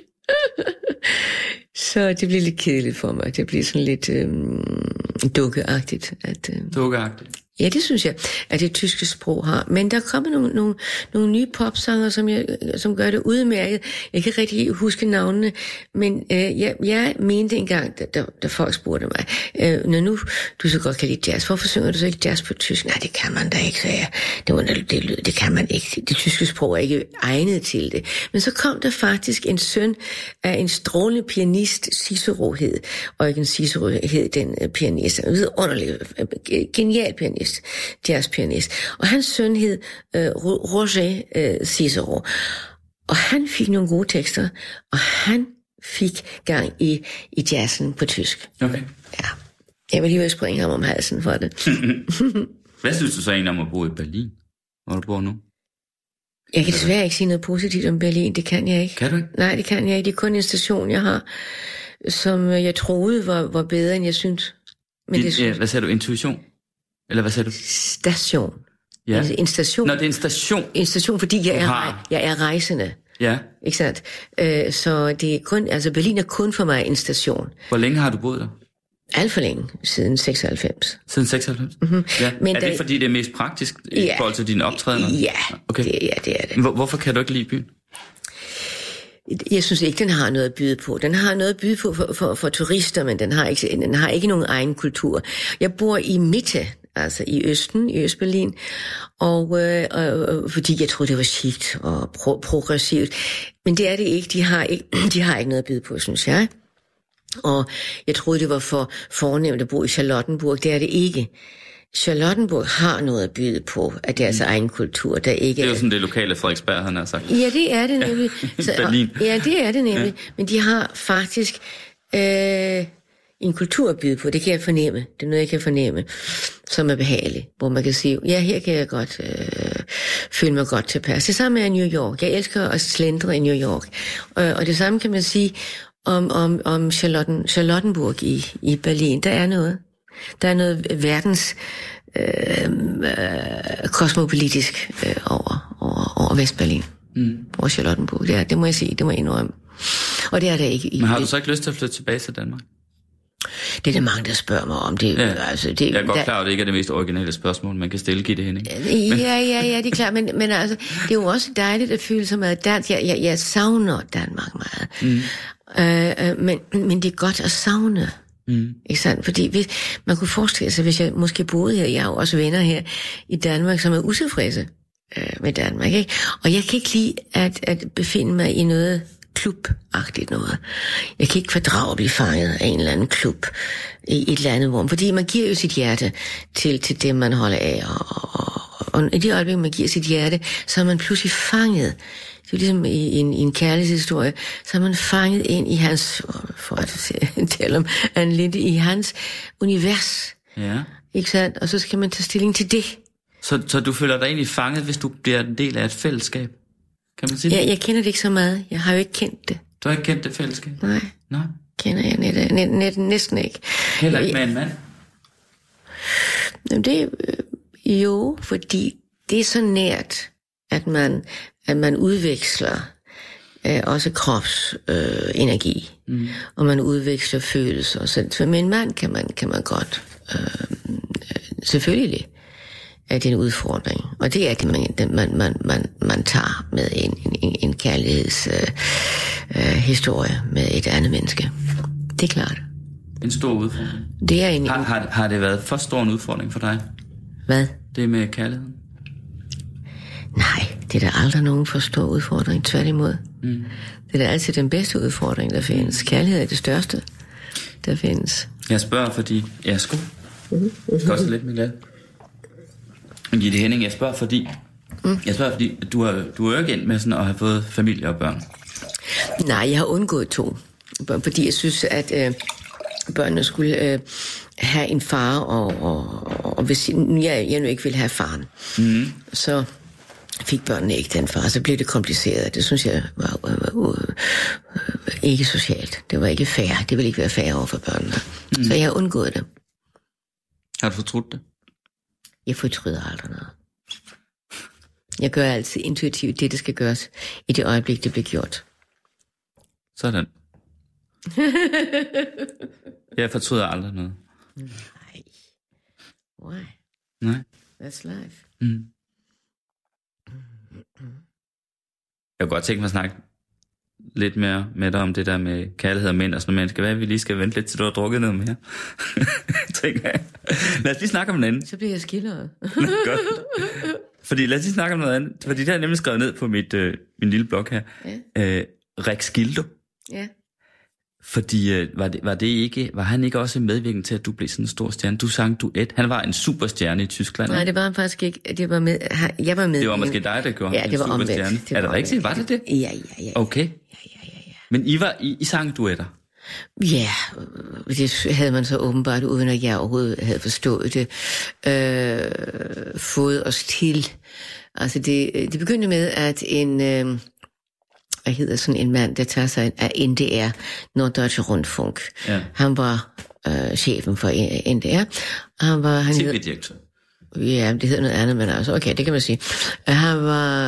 Så det blev lidt kedeligt for mig. Det blev sådan lidt dukkeagtigt. Dukkeagtigt? Ja, det synes jeg, at det tyske sprog har. Men der kommer nogle nye popsanger, som gør det udmærket. Jeg kan ikke rigtig huske navnene, men jeg mente engang, da folk spurgte mig, når nu du så godt kan lide jazz, hvorfor synger du så ikke jazz på tysk? Nej, det kan man da ikke, sagde jeg. Det kan man ikke. Det tyske sprog er ikke egnet til det. Men så kom der faktisk en søn af en strålende pianist, Cicero hed. Eugen Cicero hed den pianist. En vidunderlig, genial pianist. Jazzpianist. Og hans søn hed Roger Cicero. Og han fik nogle gode tekster, og han fik gang i jazzen på tysk. Okay. Ja. Jeg vil lige ved at springe ham om halsen for det. Hvad synes du så egentlig om at bo i Berlin, hvor du bor nu? Jeg kan desværre ikke sige noget positivt om Berlin. Det kan jeg ikke. Kan du ikke? Nej, det kan jeg ikke. Det er kun en station, jeg har, som jeg troede var bedre, end jeg synes. Men det synes... Hvad sagde du? Intuition? Eller hvad sagde du? Station. Ja. En station. Nå, det er en station. En station, fordi jeg er rejsende. Ja. Ikke sandt? Så det er kun, altså Berlin er kun for mig en station. Hvor længe har du boet der? Alt for længe, siden 96. Siden 96? Mm-hmm. Ja. Men er det fordi, det er mest praktisk i forhold til dine optrædener? Ja, okay. det er det. Hvorfor kan du ikke lide byen? Jeg synes ikke, den har noget at byde på. Den har noget at byde på for turister, men den har ikke nogen egen kultur. Jeg bor i Mitte, altså i Østen, i Østberlin, og fordi jeg troede, det var chict og progressivt. Men det er det ikke. De har ikke noget at byde på, synes jeg. Og jeg troede, det var for fornemt at bo i Charlottenburg. Det er det ikke. Charlottenburg har noget at byde på af deres egen kultur, der ikke det er jo sådan det lokale Frederiksberg, han har sagt. Ja, det er det nemlig. Berlin. Ja, det er det nemlig. Ja. Men de har faktisk en kultur at byde på. Det kan jeg fornemme. Det er noget, jeg kan fornemme, som er behageligt. Hvor man kan sige, ja, her kan jeg godt føle mig godt tilpas. Det samme er i New York. Jeg elsker at slendre i New York. Og det samme kan man sige om Charlottenburg i Berlin. Der er noget verdens kosmopolitisk over Vestberlin. Over Charlottenburg. Det må jeg sige, det må jeg indrømme. Og det er der ikke. Men har du så ikke lyst til at flytte tilbage til Danmark? Det er der mange, der spørger mig om. Det, ja. Altså, jeg er godt klar, at det ikke er det mest originale spørgsmål, man kan stille, Gitte Henning. Ja, det er klart. Men altså, det er jo også dejligt at føle sig meget dansk. Jeg savner Danmark meget. Men det er godt at savne. Ikke sandt? Fordi man kunne forestille sig, hvis jeg måske boede her, jeg har jo også venner her i Danmark, som er utilfredse med Danmark, ikke? Og jeg kan ikke lide at befinde mig i noget klubagtigt noget. Jeg kan ikke fordrage at blive fanget af en eller anden klub i et eller andet rum, fordi man giver jo sit hjerte til dem, man holder af, og i det øjeblik, man giver sit hjerte, så er man pludselig fanget. Det er ligesom i en kærlighedshistorie, så er man fanget ind i hans, for at tale om Anne Linde, i hans univers. Ja. Ikke sandt? Og så skal man tage stilling til det. Så du føler dig egentlig fanget, hvis du bliver en del af et fællesskab? Kan man sige det? Ja, jeg kender det ikke så meget. Jeg har jo ikke kendt det. Du har ikke kendt det fællesskab? Nej. Kender jeg næsten ikke. Heller ikke med en mand? Jamen det jo, fordi det er så nært, at man udveksler også kropsenergi, og man udveksler følelser. Så med en mand kan man godt selvfølgelig er det en udfordring, og det er det, man tager med en kærlighedshistorie med et andet menneske. Det er klart. En stor udfordring. Det er har det været for stor en udfordring for dig? Hvad? Det med kærligheden? Nej, det er da aldrig nogen for stor udfordring, tværtimod. Det er da altid den bedste udfordring, der findes. Kærlighed er det største, der findes. Jeg spørger, fordi... Ja, sgu. Det koster lidt med glas. Gitte Henning, jeg spørger fordi du er jo ikke endt med sådan at have fået familie og børn. Nej, jeg har undgået 2. Fordi jeg synes, at børnene skulle have en far, og hvis jeg nu ikke ville have faren, så fik børnene ikke den far. Så blev det kompliceret. Det synes jeg var ikke socialt. Det var ikke fair. Det ville ikke være fair over for børnene. Så jeg har undgået det. Har du fortrudt det? Jeg fortryder aldrig noget. Jeg gør altid intuitivt det, der skal gøres i det øjeblik, det bliver gjort. Sådan. Jeg fortryder aldrig noget. Nej. Why? Nej. That's life. Jeg kunne godt tænke mig at snakke lidt mere med dig om det der med kærlighed og mænd og sådan noget. Men skal være, vi lige skal vente lidt, til du har drukket noget mere. Tænker jeg. Lad os lige snakke om noget andet. Så bliver jeg skildret. Godt. Fordi lad os lige snakke om noget andet. Fordi det har jeg nemlig skrevet ned på min lille blog her. Ja. Rex Gildo. Ja. Fordi var han ikke også medvirkende til, at du blev sådan en stor stjerne? Du sang duet. Han var en superstjerne i Tyskland. Nej, det var han faktisk ikke. Jeg var med. Det var måske dig, der gjorde ham. Ja, det var omvendt. Er det rigtigt? Var det det? Ja. Okay. Ja. Men I sang duetter? Ja, det havde man så åbenbart, uden at jeg overhovedet havde forstået det, fået os til. Altså det begyndte med, at en mand, der tager sig af NDR, Norddeutsche Rundfunk. Ja. Han var chefen for NDR. Han TV-direktør. Ja, det hedder noget andet, men altså, okay, det kan man sige. Han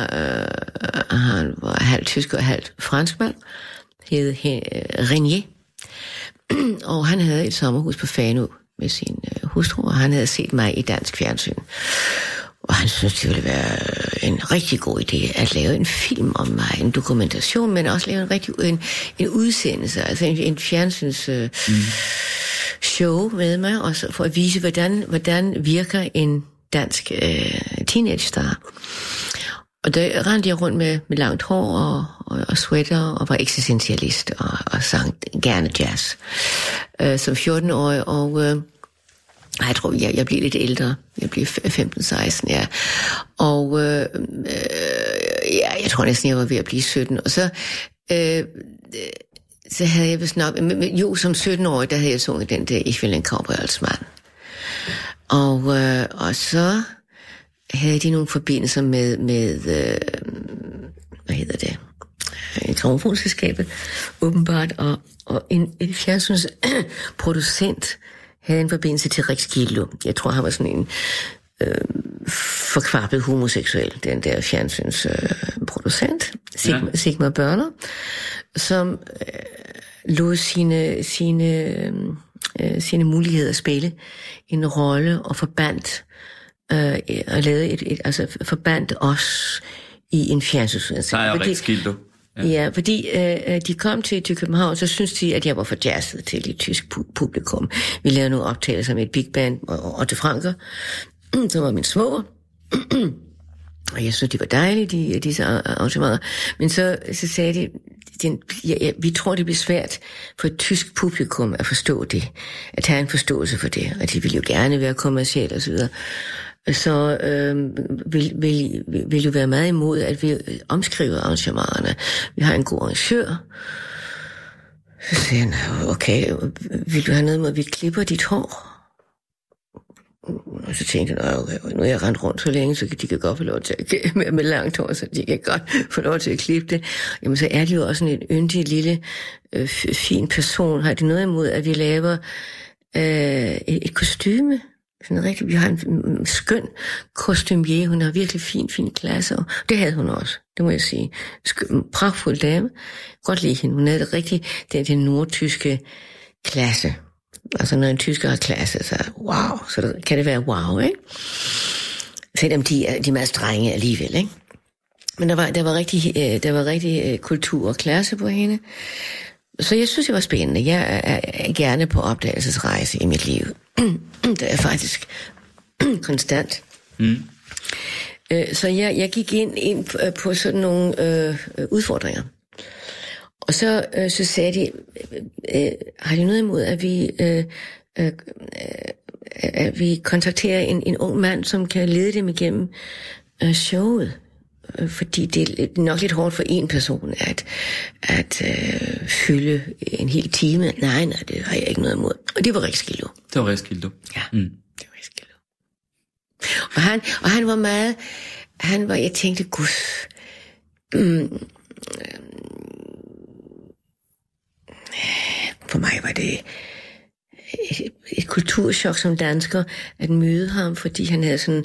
var halvt tysk og halvt franskmand, hed Renier. Og han havde et sommerhus på Fanø med sin hustru, og han havde set mig i dansk fjernsyn. Og han synes, det ville være en rigtig god idé at lave en film om mig, en dokumentation, men også lave en udsendelse, altså en fjernsyns show med mig, og så for at vise, hvordan virker en dansk teenage-star. Og der rendte jeg rundt med langt hår og sweater, og var eksistentialist, og sang gerne jazz som 14-årig, og jeg tror, jeg blev lidt ældre. Jeg blev 15-16, ja. Og jeg tror næsten, jeg var ved at blive 17. Og så havde jeg vist nok... Jo, som 17-årig, der havde jeg sunget den der Ich will ein Cowboy als Mann. Og så havde de nogle forbindelser med hvad hedder det? Gramofonselskabet, åbenbart. Og en fjernsynsproducent havde en forbindelse til Rex Gildo. Jeg tror, han var sådan en forkvablet homoseksuel, den der fjernsynsproducent, Sigmar Börner, som lod sine muligheder spille en rolle og forbandt og lavede forbandt os i en fjernsynsudsendelse. Nej, Rex Gildo. Ja, fordi de kom til København, så syntes de, at jeg var for jazzet til et tysk publikum. Vi lavede nogle optagelser med et big band og Otto Franker, som var min svoger. Og jeg synes, de var dejlige, disse arrangementer. Men så sagde de, vi tror, det bliver svært for et tysk publikum at forstå det, at have en forståelse for det, og de ville jo gerne være kommercielle og så videre. Så vil jo være meget imod, at vi omskriver arrangementerne. Vi har en god arrangør. Så siger han, okay, vil du have noget med, at vi klipper dit hår? Og så tænkte jeg, okay, nu er jeg rendt rundt så længe, så de kan godt få lov til at med langt hår, så de kan godt få lov til at klippe det. Jamen, så er det jo også sådan en yndig lille, fin person. Har de noget imod, at vi laver et kostyme? Sådan rigtig, vi har en skøn kostumier, hun har virkelig fin klasse, og det havde hun også, det må jeg sige. Pragtfuld dame, godt lide hende, hun havde det rigtig, den nordtyske klasse. Altså når en tysker har klasse, så wow, så kan det være wow, ikke? Selvom de er meget strenge alligevel, ikke? Men der var rigtig kultur og klasse på hende. Så jeg synes, det var spændende. Jeg er gerne på opdagelsesrejse i mit liv. Det er faktisk konstant. Så jeg gik ind på sådan nogle udfordringer. Og så sagde de, har de noget imod, at vi at vi kontakterer en ung mand, som kan lede dem igennem showet. Fordi det er nok lidt hårdt for en person at fylde en hel time. Nej, det har jeg ikke noget imod. Og det var Roskilde. Det var Roskilde. Ja, det var Roskilde. Og han var meget... jeg tænkte, gud... For mig var det et kulturschok som dansker at møde ham, fordi han havde sådan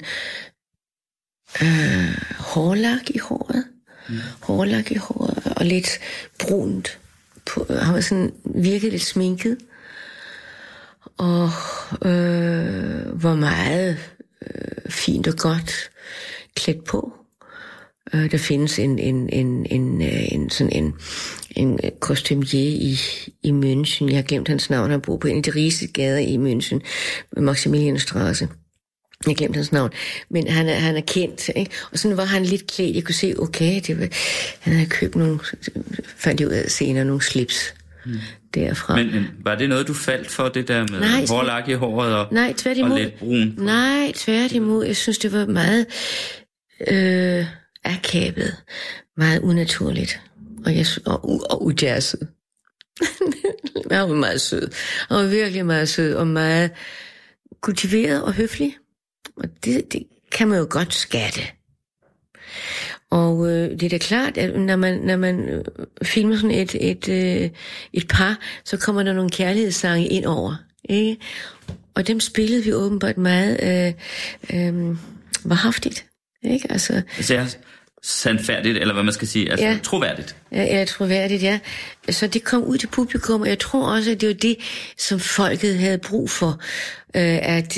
hårlak i håret. Hårlak i håret og lidt brunt. Han var sådan virkelig lidt sminket. Og var meget fint og godt klædt på. Der findes en kostumier i München. Jeg har glemt hans navn. Han bor på en af de rigeste gader i München. Maximilianstraße. Jeg glemte hans navn. Men han er kendt, ikke? Og sådan var han lidt klædt. Jeg kunne se, okay, han havde købt nogle, fandt jeg ud af senere, nogle slips derfra. Men var det noget, du faldt for, det der med hårlak i håret og lidt brun? Nej, tværtimod. Jeg synes, det var meget akavet. Meget unaturligt. Og ujazzet. Han var meget sød. Han var virkelig meget sød og meget kultiveret og høflig. Og det kan man jo godt skatte. Og det er da klart, at når man filmer sådan et par, så kommer der nogle kærlighedssange ind over. Ikke? Og dem spillede vi åbenbart meget varhaftigt. Ikke? Altså sandfærdigt, eller hvad man skal sige, altså troværdigt. Ja, troværdigt, ja. Så det kom ud til publikum, og jeg tror også, at det var det, som folket havde brug for, at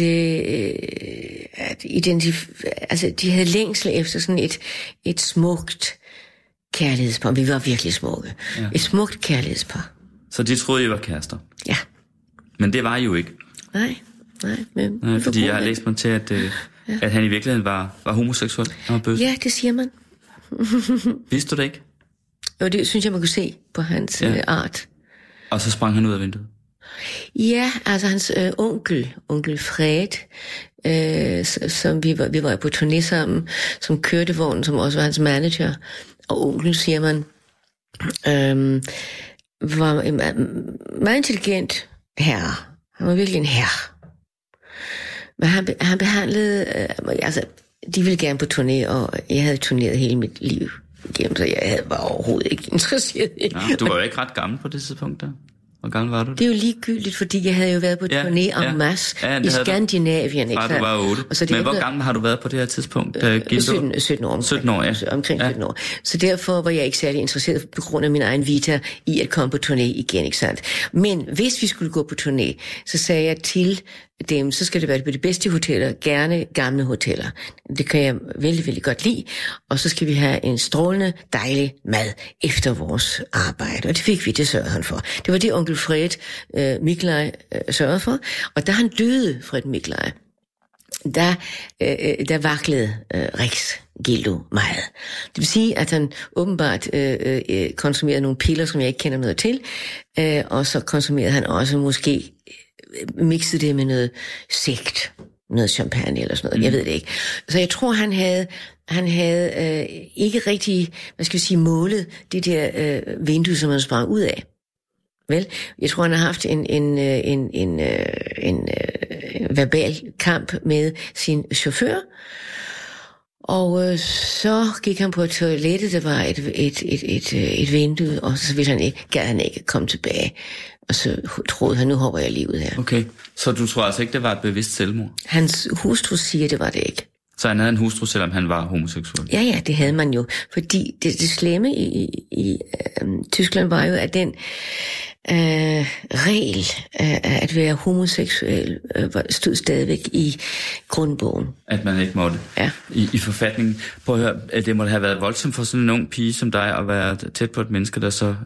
altså de havde længsel efter sådan et smukt kærlighedspar. Vi var virkelig smukke. Ja. Et smukt kærlighedspar. Så de troede, I var kærester? Ja. Men det var I jo ikke? Nej. Nej, fordi jeg har læst mig til, at han i virkeligheden var homoseksuel. Ja, det siger man. Vidste du det ikke? Jo, det synes jeg, man kunne se på hans art. Og så sprang han ud af vinduet? Ja, altså hans onkel Fred, som vi var på turné sammen, som kørte vognen, som også var hans manager, og onkel, siger man, var en meget intelligent herre. Han var virkelig en herre. Men han behandlede, altså, de ville gerne på turné, og jeg havde turneret hele mit liv igennem, så jeg var overhovedet ikke interesseret i. Ja, du var jo ikke ret gammel på det tidspunkt der. Hvor gammel var du? Det er jo ligegyldigt, fordi jeg havde jo været på turné en masse i Skandinavien. Ikke? Du var 8. Og så men hvor gammel har du været på det her tidspunkt? 17 år. 17 år, ja. Omkring 17 år. Så derfor var jeg ikke særlig interesseret på grund af min egen vita i at komme på turné igen, ikke sandt? Men hvis vi skulle gå på turné, så sagde jeg til dem, så skal det være på de bedste hoteller, gerne gamle hoteller. Det kan jeg vældig, vældig godt lide. Og så skal vi have en strålende, dejlig mad efter vores arbejde. Og det fik vi, det sørgede han for. Det var det onkel Fred Miklaj sørgede for. Og da han døde, Fred Miklaj, der vaklede Roskilde meget. Det vil sige, at han åbenbart konsumerede nogle piller, som jeg ikke kender noget til. Og så konsumerede han også måske mixede det med noget sekt, noget champagne eller sådan noget, jeg ved det ikke. Så jeg tror, han havde ikke rigtig, hvad skal vi sige, målet det der vindue, som han sprang ud af. Vel, jeg tror, han har haft en verbal kamp med sin chauffør, og så gik han på toilettet, der var et vindue, og så gad han ikke komme tilbage. Og så troede han, nu hopper jeg livet her. Okay, så du tror altså ikke, det var et bevidst selvmord? Hans hustru siger, det var det ikke. Så han havde en hustru, selvom han var homoseksuel? Ja, det havde man jo. Fordi det slemme i Tyskland var jo, at den regel at være homoseksuel stod stadigvæk i grundbogen. At man ikke måtte? Ja. I forfatningen. Prøv at høre, det måtte have været voldsomt for sådan en ung pige som dig at være tæt på et menneske, der så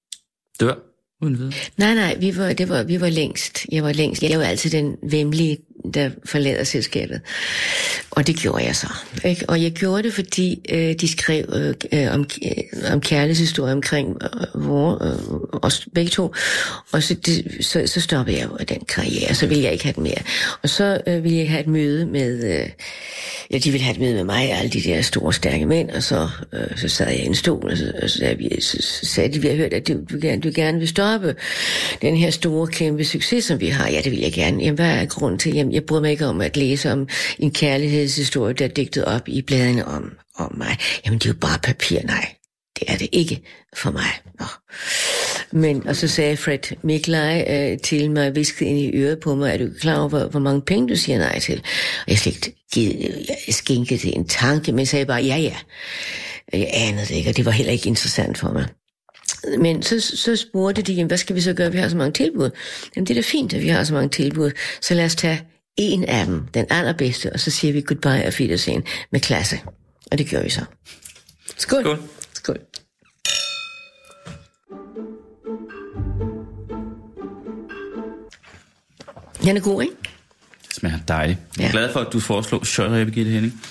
dør uden videre. Nej, vi var længst. Jeg var længst. Jeg var altid den væmmelige der forlader selskabet. Og det gjorde jeg så. Ikke? Og jeg gjorde det, fordi de skrev om kærlighedshistorie omkring os begge to. Og så stoppede jeg jo den karriere, så ville jeg ikke have den mere. Og så ville jeg have et møde med... de ville have et møde med mig, alle de der store, stærke mænd, og så sad jeg i en stol, og så sagde de, vi har hørt, at du gerne vil stoppe den her store, kæmpe succes, som vi har. Ja, det vil jeg gerne. Jamen, hvad er grunden til? Jamen, jeg bryder mig ikke om at læse om en kærlighedshistorie, der er digtet op i bladene om mig. Jamen, det er jo bare papir. Nej, det er det ikke for mig. Nå. Men, og så sagde Fred Miklaj til mig, viskede ind i øret på mig, er du klar over, hvor mange penge du siger nej til? Og jeg skænkede det en tanke, men sagde bare, ja. Jeg anede det ikke, og det var heller ikke interessant for mig. Men så spurgte de, hvad skal vi så gøre, vi har så mange tilbud? Jamen det er da fint, at vi har så mange tilbud, så lad os tage en af dem, den allerbedste, og så siger vi goodbye og Wiedersehen med klasse. Og det gjorde vi så. Skål. Skål. Den er god, ikke? Det smager dejligt. Jeg er glad for, at du foreslår skøjrebe, Gitte Henning.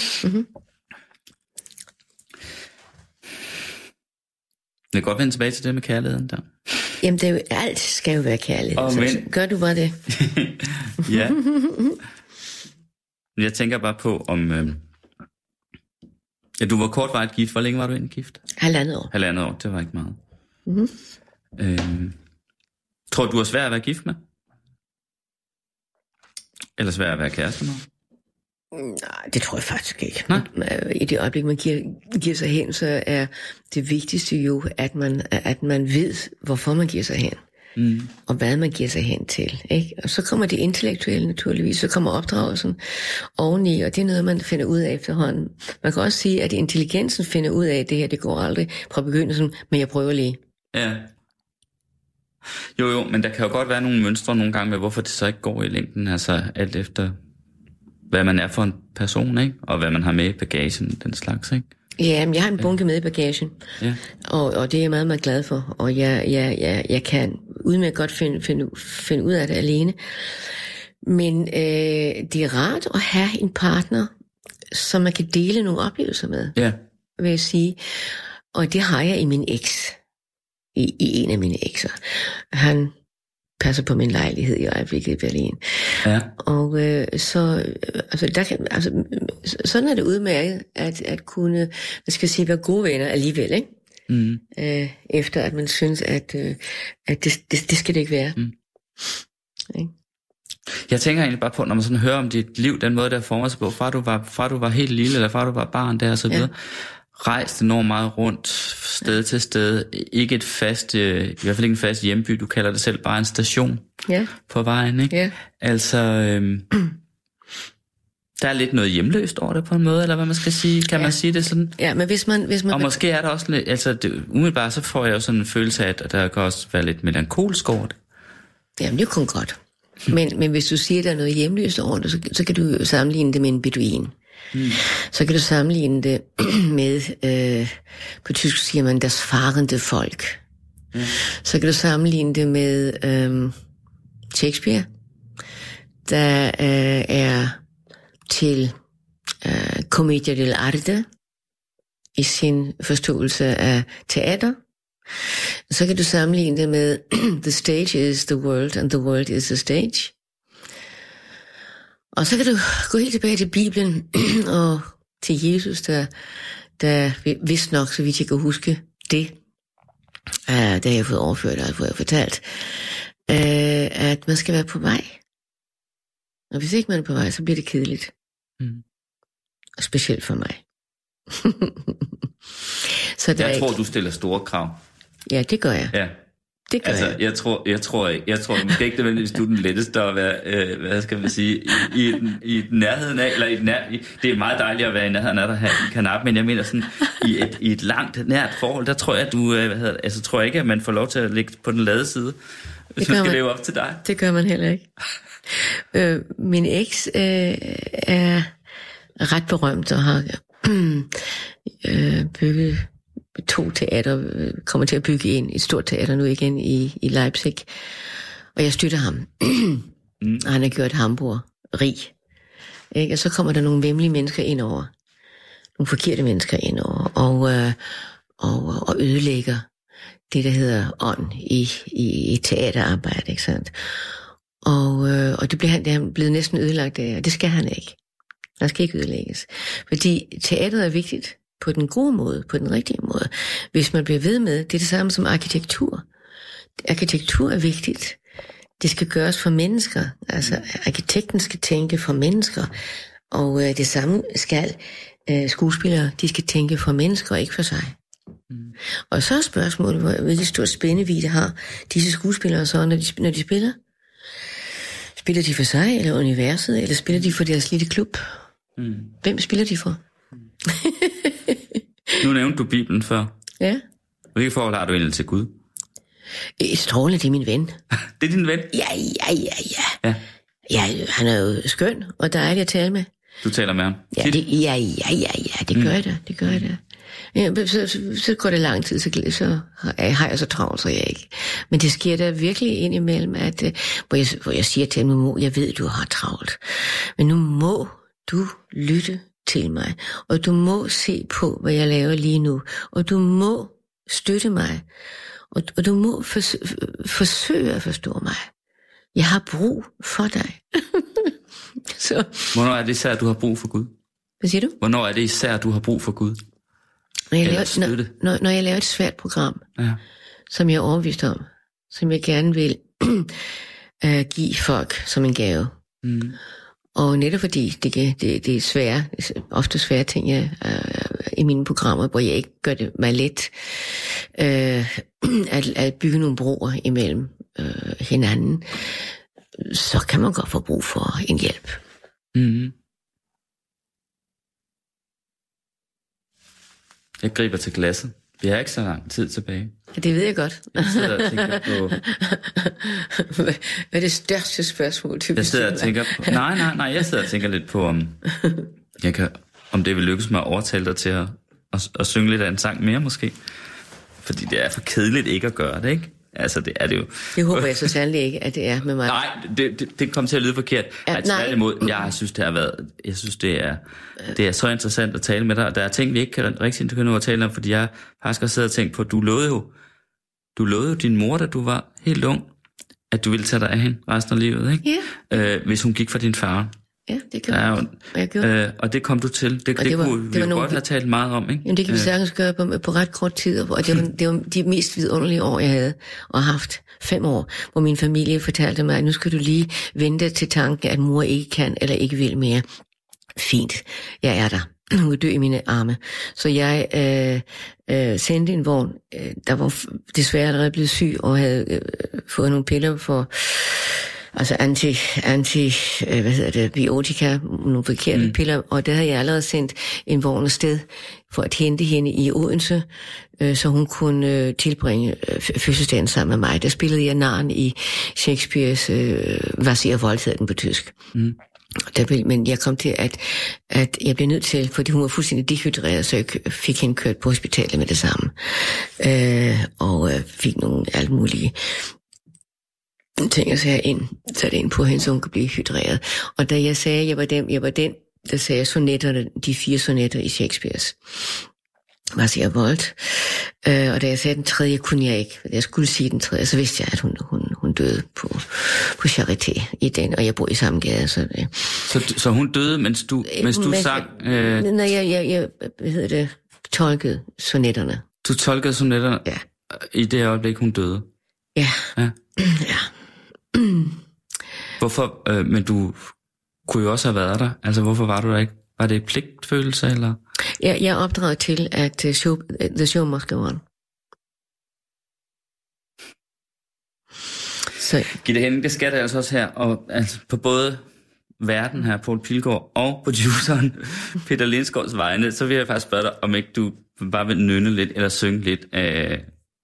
Jeg kan godt vende tilbage til det med kærligheden der. Jamen, det er jo, alt skal jo være kærlighed. Så gør du bare det. Ja. Jeg tænker bare på, om... du var kortvarigt gift. Hvor længe var du egentlig gift? 1,5 år. 1,5 år, det var ikke meget. Tror du er svært at være gift med? Eller svært at være kæreste med? Nej, det tror jeg faktisk ikke. I det øjeblik, man giver sig hen, så er det vigtigste jo, at man ved, hvorfor man giver sig hen. Og hvad man giver sig hen til. Ikke? Og så kommer det intellektuelle naturligvis, så kommer opdragelsen oveni, og det er noget, man finder ud af efterhånden. Man kan også sige, at intelligensen finder ud af, at det her, det går aldrig fra begyndelsen, men jeg prøver lige. Ja. Jo, men der kan jo godt være nogle mønstre nogle gange med, hvorfor det så ikke går i længden, altså alt efter, hvad man er for en person, ikke? Og hvad man har med i bagagen, den slags, ikke? Ja, men jeg har en bunke med i bagagen, og det er jeg meget, meget glad for, og jeg kan udmærket godt finde ud af det alene. Men det er rart at have en partner, som man kan dele nogle oplevelser med, vil jeg sige. Og det har jeg i min eks. I en af mine ekser. Han passer på min lejlighed i øjeblikket i Berlin. Ja. Og sådan er det udmærket at kunne, hvad skal jeg sige, være gode venner alligevel, ikke? Efter at man synes, at det skal det ikke være. Ikke? Jeg tænker egentlig bare på, når man sådan hører om dit liv, den måde der former sig på, fra du var helt lille, eller fra du var barn der og så videre, rejst enormt meget rundt, sted til sted, ikke et fast, i hvert fald ikke en fast hjemby, du kalder det selv bare en station på vejen, ikke? Ja. Altså, der er lidt noget hjemløst over det på en måde, eller hvad man skal sige, kan man sige det sådan? Ja, men hvis man og måske er der også lidt, altså umiddelbart så får jeg jo sådan en følelse af, at der kan også være lidt melankolsk over det. Jamen det er kun godt. Men hvis du siger, at der er noget hjemløst over det, så kan du sammenligne det med en beduin. Så kan du sammenligne det med, på tysk siger man, das fahrende folk. Så kan du sammenligne det med Shakespeare, der er til commedia dell'arte i sin forståelse af teater. Så kan du sammenligne det med the stage is the world, and the world is the stage. Og så kan du gå helt tilbage til Bibelen og til Jesus, der vist nok, så vidt jeg kan huske det, der har jeg fået overført, og fået fortalt, at man skal være på vej. Og hvis ikke man er på vej, så bliver det kedeligt. Og specielt for mig. Så jeg tror, du stiller store krav. Ja, det gør jeg. Ja. Det gør jeg. Jeg tror måske ikke nødvendigvis, du er den letteste at være, hvad skal man sige, i nærheden af, eller det er meget dejligt at være i nærheden af at have en kanap, men jeg mener sådan, i et langt, nært forhold, der tror jeg, at du, tror jeg ikke, at man får lov til at ligge på den lade side, hvis man skal leve op til dig. Det gør man heller ikke. Min eks er ret berømt og har bygget 2 teater, kommer til at bygge et stort teater nu igen i Leipzig. Og jeg støtter ham. Og han har gjort Hamburg rig. Ikke? Og så kommer der nogle væmmelige mennesker ind over. Nogle forkerte mennesker ind over. Og ødelægger det, der hedder ånd i teaterarbejde, ikke sandt? Og det er han blevet næsten ødelagt af, og det skal han ikke. Han skal ikke ødelægges. Fordi teateret er vigtigt på den gode måde, på den rigtige måde. Hvis man bliver ved med, det er det samme som arkitektur. Arkitektur er vigtigt. Det skal gøres for mennesker. Altså, arkitekten skal tænke for mennesker. Og det samme skal skuespillere, de skal tænke for mennesker og ikke for sig. Og så er spørgsmålet, hvilket stort spændvidde har disse skuespillere så, når de spiller? Spiller de for sig, eller universet, eller spiller de for deres lille klub? Hvem spiller de for? Nu nævnte du Bibelen før. Ja. Hvilket forhold har du egentlig til Gud? Strålende, det er min ven. Det er din ven? Ja. Ja, han er jo skøn, og dejlig at tale med. Du taler med ham? Ja, det gør jeg da. Ja, så går det lang tid, så har jeg så travlt, så jeg ikke. Men det sker der virkelig indimellem, at, hvor jeg siger til ham, jeg ved, du har travlt. Men nu må du lytte til mig, og du må se på, hvad jeg laver lige nu, og du må støtte mig, og du må forsøge at forstå mig. Jeg har brug for dig. Så. Hvornår er det især, du har brug for Gud? Hvad siger du? Hvornår er det især, du har brug for Gud? Når jeg laver et svært program, som jeg er overbevist om, som jeg gerne vil give folk som en gave. Og netop fordi det er svære, ofte svære ting i mine programmer, hvor jeg ikke gør det mig let at bygge nogle broer imellem hinanden, så kan man godt få brug for en hjælp. Jeg griber til glasset. Vi har ikke så lang tid tilbage. Ja, det ved jeg godt. Jeg sidder og tænker på... Hvad er det største spørgsmål? Jeg sidder og tænker på... Nej, jeg sidder og tænker lidt på, om det vil lykkes mig at overtale dig til at synge lidt af en sang mere, måske. Fordi det er for kedeligt ikke at gøre det, ikke? Altså, det er det jo. Det håber jeg så sandelig ikke, at det er med mig. Nej, det kommer til at lyde forkert. Tværtimod, jeg synes, det er så interessant at tale med dig. Der er ting, vi ikke kan rigtig nå at tale om, fordi jeg faktisk har siddet og tænkt på, du lovede jo din mor, da du var helt ung, at du ville tage dig af hende resten af livet, ikke? Ja. Hvis hun gik fra din far. Ja, det gjorde jeg. Og det kom du til. Det kunne vi godt have talt meget om, ikke? Jamen, det kan vi sagtens gøre på ret kort tid. Og det var de mest vidunderlige år, jeg havde og haft. 5 år, hvor min familie fortalte mig, at nu skal du lige vente til tanken, at mor ikke kan eller ikke vil mere. Fint, jeg er der. Hun vil dø i mine arme. Så jeg sendte en vogn, der var desværre allerede blevet syg og havde fået nogle piller for... Altså biotika, nogle forkerte piller, og der havde jeg allerede sendt en vogn afsted for at hente hende i Odense, så hun kunne tilbringe fødselsdagen sammen med mig. Der spillede jeg narren i Shakespeares Vasir voldtaget på tysk. Men jeg kom til, at jeg blev nødt til, fordi hun var fuldstændig dehydreret, så jeg fik hende kørt på hospitalet med det samme. Og fik nogle alt mulige ting at sætte ind på hende, så hun kunne blive hydreret. Og da jeg sagde, at jeg var den, der sagde sonetterne, de 4 sonetter i Shakespeares Vasir Volt. Og da jeg sagde den 3., kunne jeg ikke. Jeg skulle sige den 3., så vidste jeg, at hun døde på Charité i den, og jeg bor i samme gade. Så hun døde, mens du sang? Når jeg tolkede sonetterne. Du tolkede sonetterne? Ja. I det øjeblik, hun døde? Ja. Ja. Hvorfor? Men du kunne jo også have været der. Altså, hvorfor var du der ikke? Var det pligtfølelse, eller? Ja, jeg er opdraget til, at the show must go on. Så. Gitte Henning, det skal der altså også her, og altså på både verden her, Poul Pilgaard, og produceren Peter Lindsgaards vegne, så vil jeg faktisk spørge dig, om ikke du bare vil nynne lidt, eller synge lidt af...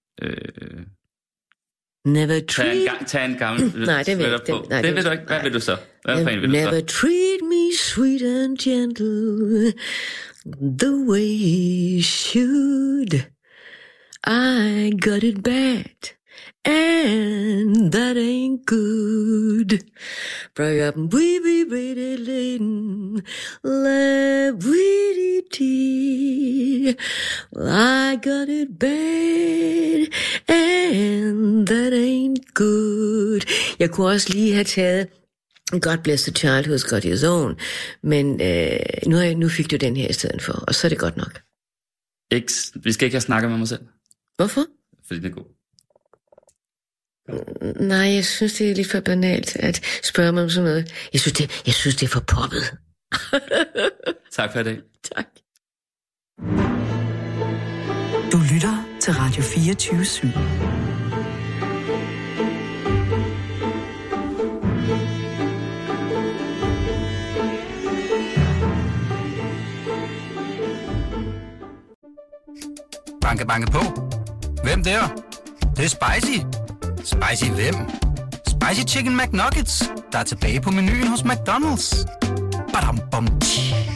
Never treat... Tag en gammel... Nej, det vil jeg ikke. Det vil du ikke. Hvad vil du så? Never treat me sweet and gentle the way you should. I got it bad and that ain't good. Bring up we be ready laden, well, I got it bad, and that ain't good. Jeg kunne også lige have taget God Bless the Child Who's Got His Own, men nu fik du den her i stedet for, og så er det godt nok. Vi skal ikke have snakket med mig selv. Hvorfor? Fordi det er god. Nej, jeg synes, det er lidt for banalt at spørge mig om sådan noget. Jeg synes, det er for poppet. Tak for i dag. Tak. Du lytter til Radio 24/7. Banke, banke på. Hvem der? Det er spicy. Spicy hvem? Spicy Chicken McNuggets, der er tilbage på menuen hos McDonald's. Badum, bom, tji.